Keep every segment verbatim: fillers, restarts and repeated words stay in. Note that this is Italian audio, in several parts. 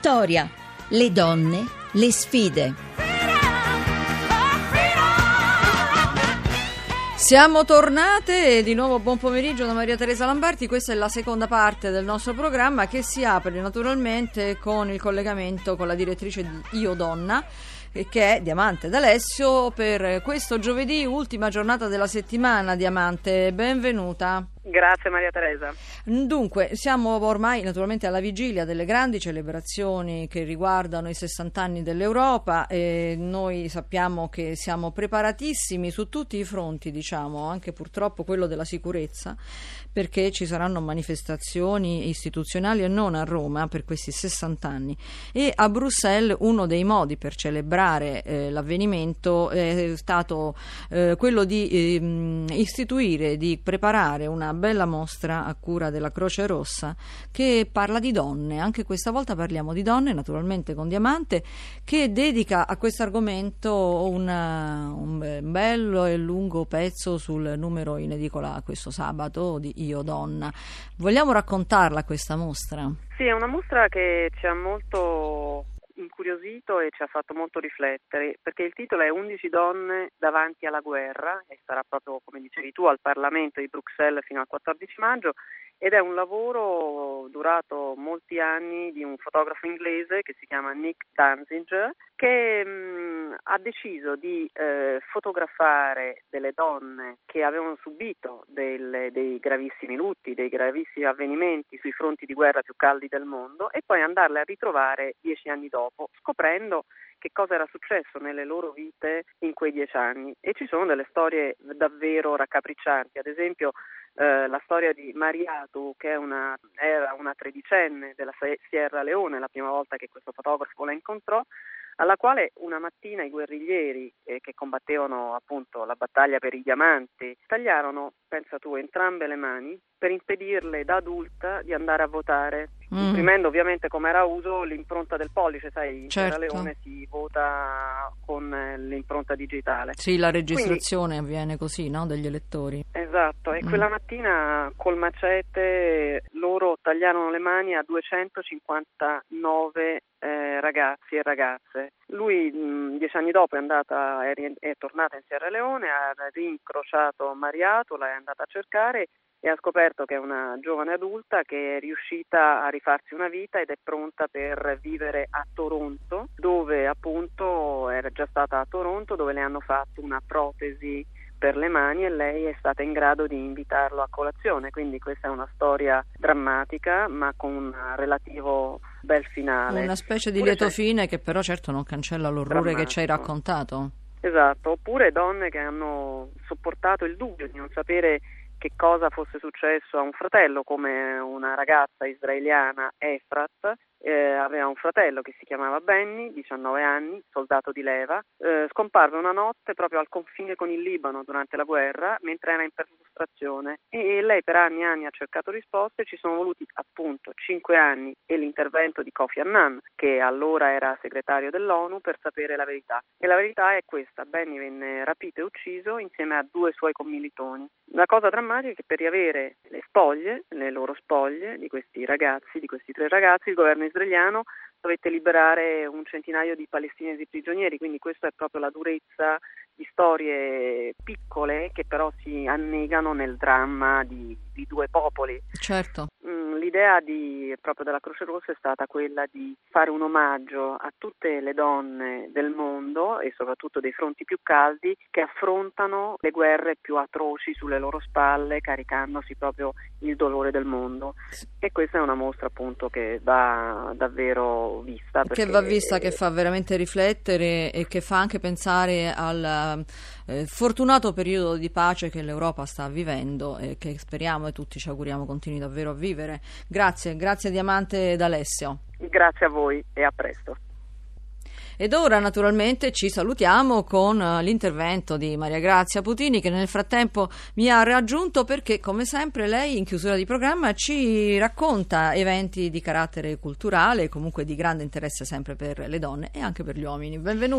storia, le donne, le sfide. Siamo tornate e di nuovo buon pomeriggio da Maria Teresa Lamberti. Questa è la seconda parte del nostro programma che si apre naturalmente con il collegamento con la direttrice di Io Donna, che è Diamante D'Alessio, per questo giovedì, ultima giornata della settimana. Diamante, benvenuta. Grazie Maria Teresa. Dunque, siamo ormai naturalmente alla vigilia delle grandi celebrazioni che riguardano i sessanta anni dell'Europa e noi sappiamo che siamo preparatissimi su tutti i fronti, diciamo, anche purtroppo quello della sicurezza, perché ci saranno manifestazioni istituzionali e non a Roma per questi sessanta anni. E a Bruxelles uno dei modi per celebrare eh, l'avvenimento è stato eh, quello di eh, istituire, di preparare una bella mostra a cura della Croce Rossa che parla di donne. Anche questa volta parliamo di donne, naturalmente con Diamante, che dedica a questo argomento una, un bello e lungo pezzo sul numero in edicola questo sabato di Io Donna. Vogliamo raccontarla questa mostra? Sì, è una mostra che ci ha molto incuriosito e ci ha fatto molto riflettere, perché il titolo è undici donne davanti alla guerra e sarà proprio, come dicevi tu, al Parlamento di Bruxelles fino al quattordici maggio, ed è un lavoro durato molti anni di un fotografo inglese che si chiama Nick Danziger, che mh, ha deciso di eh, fotografare delle donne che avevano subito delle, dei gravissimi lutti, dei gravissimi avvenimenti sui fronti di guerra più caldi del mondo, e poi andarle a ritrovare dieci anni dopo, scoprendo che cosa era successo nelle loro vite in quei dieci anni. E ci sono delle storie davvero raccapriccianti, ad esempio eh, la storia di Mariatu, che è una, era una tredicenne della Sierra Leone, la prima volta che questo fotografo la incontrò, alla quale una mattina i guerriglieri eh, che combattevano appunto la battaglia per i diamanti tagliarono, pensa tu, entrambe le mani per impedirle da adulta di andare a votare, mm. imprimendo ovviamente, come era uso, l'impronta del pollice. Sai, in certo. Sierra Leone si vota con eh, l'impronta digitale. Sì, la registrazione Quindi, avviene così, no, degli elettori. Esatto, e mm. quella mattina col macete loro tagliarono le mani a duecentocinquantanove eh, ragazzi e ragazze. Lui mh, dieci anni dopo è andata, è, è tornata in Sierra Leone, ha rincrociato Mariatu, l'è andata a cercare e ha scoperto che è una giovane adulta che è riuscita a rifarsi una vita ed è pronta per vivere a Toronto, dove appunto era già stata a Toronto, dove le hanno fatto una protesi per le mani e lei è stata in grado di invitarlo a colazione. Quindi questa è una storia drammatica ma con un relativo bel finale. Una specie di Oppure lieto c'è... fine che però certo non cancella l'orrore Drammatico. Che ci hai raccontato. Esatto, oppure donne che hanno sopportato il dubbio di non sapere che cosa fosse successo a un fratello, come una ragazza israeliana, Efrat, eh, aveva un fratello che si chiamava Benny, diciannove anni, soldato di leva, eh, scomparve una notte proprio al confine con il Libano durante la guerra, mentre era in perlustrazione, e lei per anni e anni ha cercato risposte. Ci sono voluti appunto cinque anni e l'intervento di Kofi Annan, che allora era segretario dell'ONU, per sapere la verità. E la verità è questa: Benny venne rapito e ucciso insieme a due suoi commilitoni. La cosa drammatica è che per riavere le spoglie, le loro spoglie di questi ragazzi, di questi tre ragazzi, il governo israeliano dovette liberare un centinaio di palestinesi prigionieri. Quindi questa è proprio la durezza di storie piccole che però si annegano nel dramma di, di due popoli. Certo. L'idea di, proprio della Croce Rossa è stata quella di fare un omaggio a tutte le donne del mondo e soprattutto dei fronti più caldi che affrontano le guerre più atroci sulle loro spalle, caricandosi proprio il dolore del mondo. E questa è una mostra appunto che va davvero vista. Che va vista, che fa veramente riflettere e che fa anche pensare al eh, fortunato periodo di pace che l'Europa sta vivendo e che speriamo e tutti ci auguriamo continui davvero a vivere. Grazie, grazie Diamante D'Alessio. Grazie a voi e a presto. Ed ora naturalmente ci salutiamo con l'intervento di Maria Grazia Putini, che nel frattempo mi ha raggiunto perché, come sempre, lei in chiusura di programma ci racconta eventi di carattere culturale, comunque di grande interesse sempre per le donne e anche per gli uomini. Benvenuta.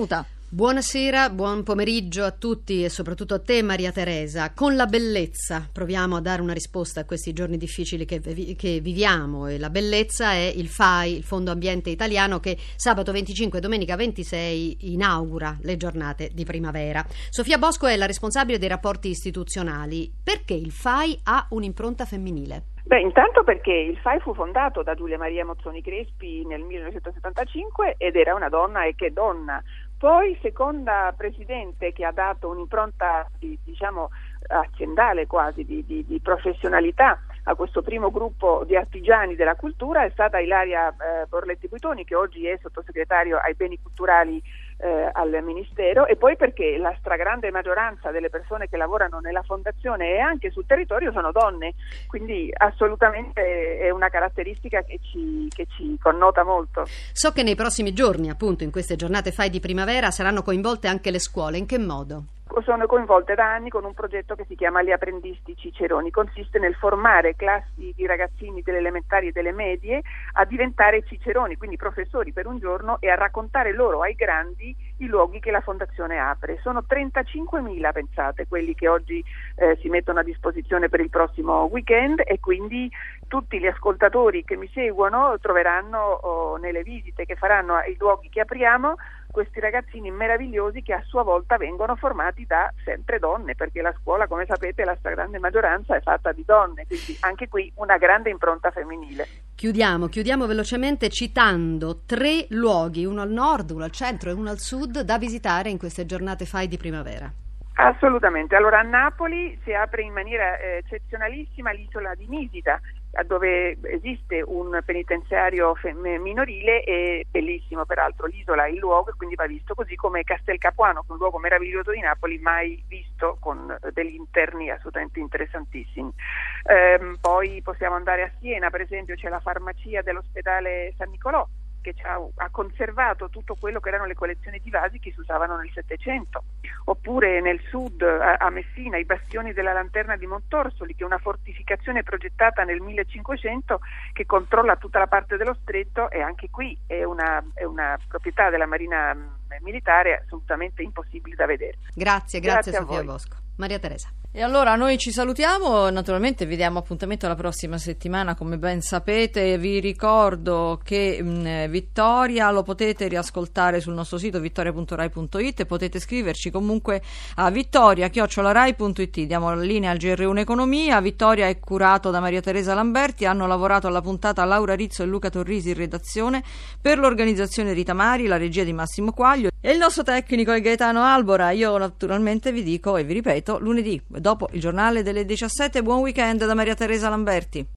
Buonasera, buon pomeriggio a tutti e soprattutto a te Maria Teresa. Con la bellezza proviamo a dare una risposta a questi giorni difficili che, vi- che viviamo, e la bellezza è il F A I, il Fondo Ambiente Italiano, che sabato venticinque e domenica ventisei inaugura le giornate di primavera. Sofia Bosco è la responsabile dei rapporti istituzionali. Perché il F A I ha un'impronta femminile? Beh, intanto perché il F A I fu fondato da Giulia Maria Mozzoni Crespi nel millenovecentosettantacinque ed era una donna, e che donna. Poi, seconda presidente che ha dato un'impronta di, diciamo aziendale quasi, di, di, di professionalità a questo primo gruppo di artigiani della cultura è stata Ilaria eh, Borletti Buitoni, che oggi è sottosegretario ai beni culturali eh, al Ministero, e poi perché la stragrande maggioranza delle persone che lavorano nella fondazione e anche sul territorio sono donne, quindi assolutamente è una caratteristica che ci, che ci connota molto. So che nei prossimi giorni, appunto in queste giornate F A I di primavera, saranno coinvolte anche le scuole. In che modo? Sono coinvolte da anni con un progetto che si chiama Gli apprendisti Ciceroni. Consiste nel formare classi di ragazzini delle elementari e delle medie a diventare ciceroni, quindi professori per un giorno, e a raccontare loro, ai grandi, i luoghi che la fondazione apre. Sono trentacinquemila, pensate, quelli che oggi eh, si mettono a disposizione per il prossimo weekend, e quindi tutti gli ascoltatori che mi seguono troveranno oh, nelle visite che faranno ai luoghi che apriamo questi ragazzini meravigliosi che a sua volta vengono formati da sempre donne, perché la scuola, come sapete, la stragrande maggioranza è fatta di donne, quindi anche qui una grande impronta femminile. Chiudiamo, chiudiamo velocemente citando tre luoghi, uno al nord, uno al centro e uno al sud, da visitare in queste giornate F A I di primavera. Assolutamente. Allora, a Napoli si apre in maniera eh, eccezionalissima l'isola di Nisida, dove esiste un penitenziario fem- minorile, e bellissimo peraltro l'isola, il luogo, e quindi va visto, così come Castel Capuano, che è un luogo meraviglioso di Napoli, mai visto, con degli interni assolutamente interessantissimi. Ehm, poi possiamo andare a Siena, per esempio c'è la farmacia dell'ospedale San Nicolò, che ha, ha conservato tutto quello che erano le collezioni di vasi che si usavano nel Settecento. Oppure nel sud, a, a Messina, i bastioni della Lanterna di Montorsoli, che è una fortificazione progettata nel millecinquecento che controlla tutta la parte dello stretto, e anche qui è una, è una proprietà della Marina Militare assolutamente impossibile da vedere. Grazie, grazie, grazie Sofia voi. Bosco. Maria Teresa. E allora noi ci salutiamo, naturalmente vi diamo appuntamento la prossima settimana, come ben sapete. Vi ricordo che mh, Vittoria lo potete riascoltare sul nostro sito vittoria punto rai punto it, e potete scriverci comunque a vittoria chiocciola rai punto it. Diamo la linea al G R uno Economia. Vittoria è curato da Maria Teresa Lamberti, hanno lavorato alla puntata Laura Rizzo e Luca Torrisi in redazione, per l'organizzazione Rita Mari, la regia di Massimo Quaglio e il nostro tecnico è Gaetano Albora. Io naturalmente vi dico e vi ripeto, lunedì dopo il giornale delle diciassette, buon weekend da Maria Teresa Lamberti.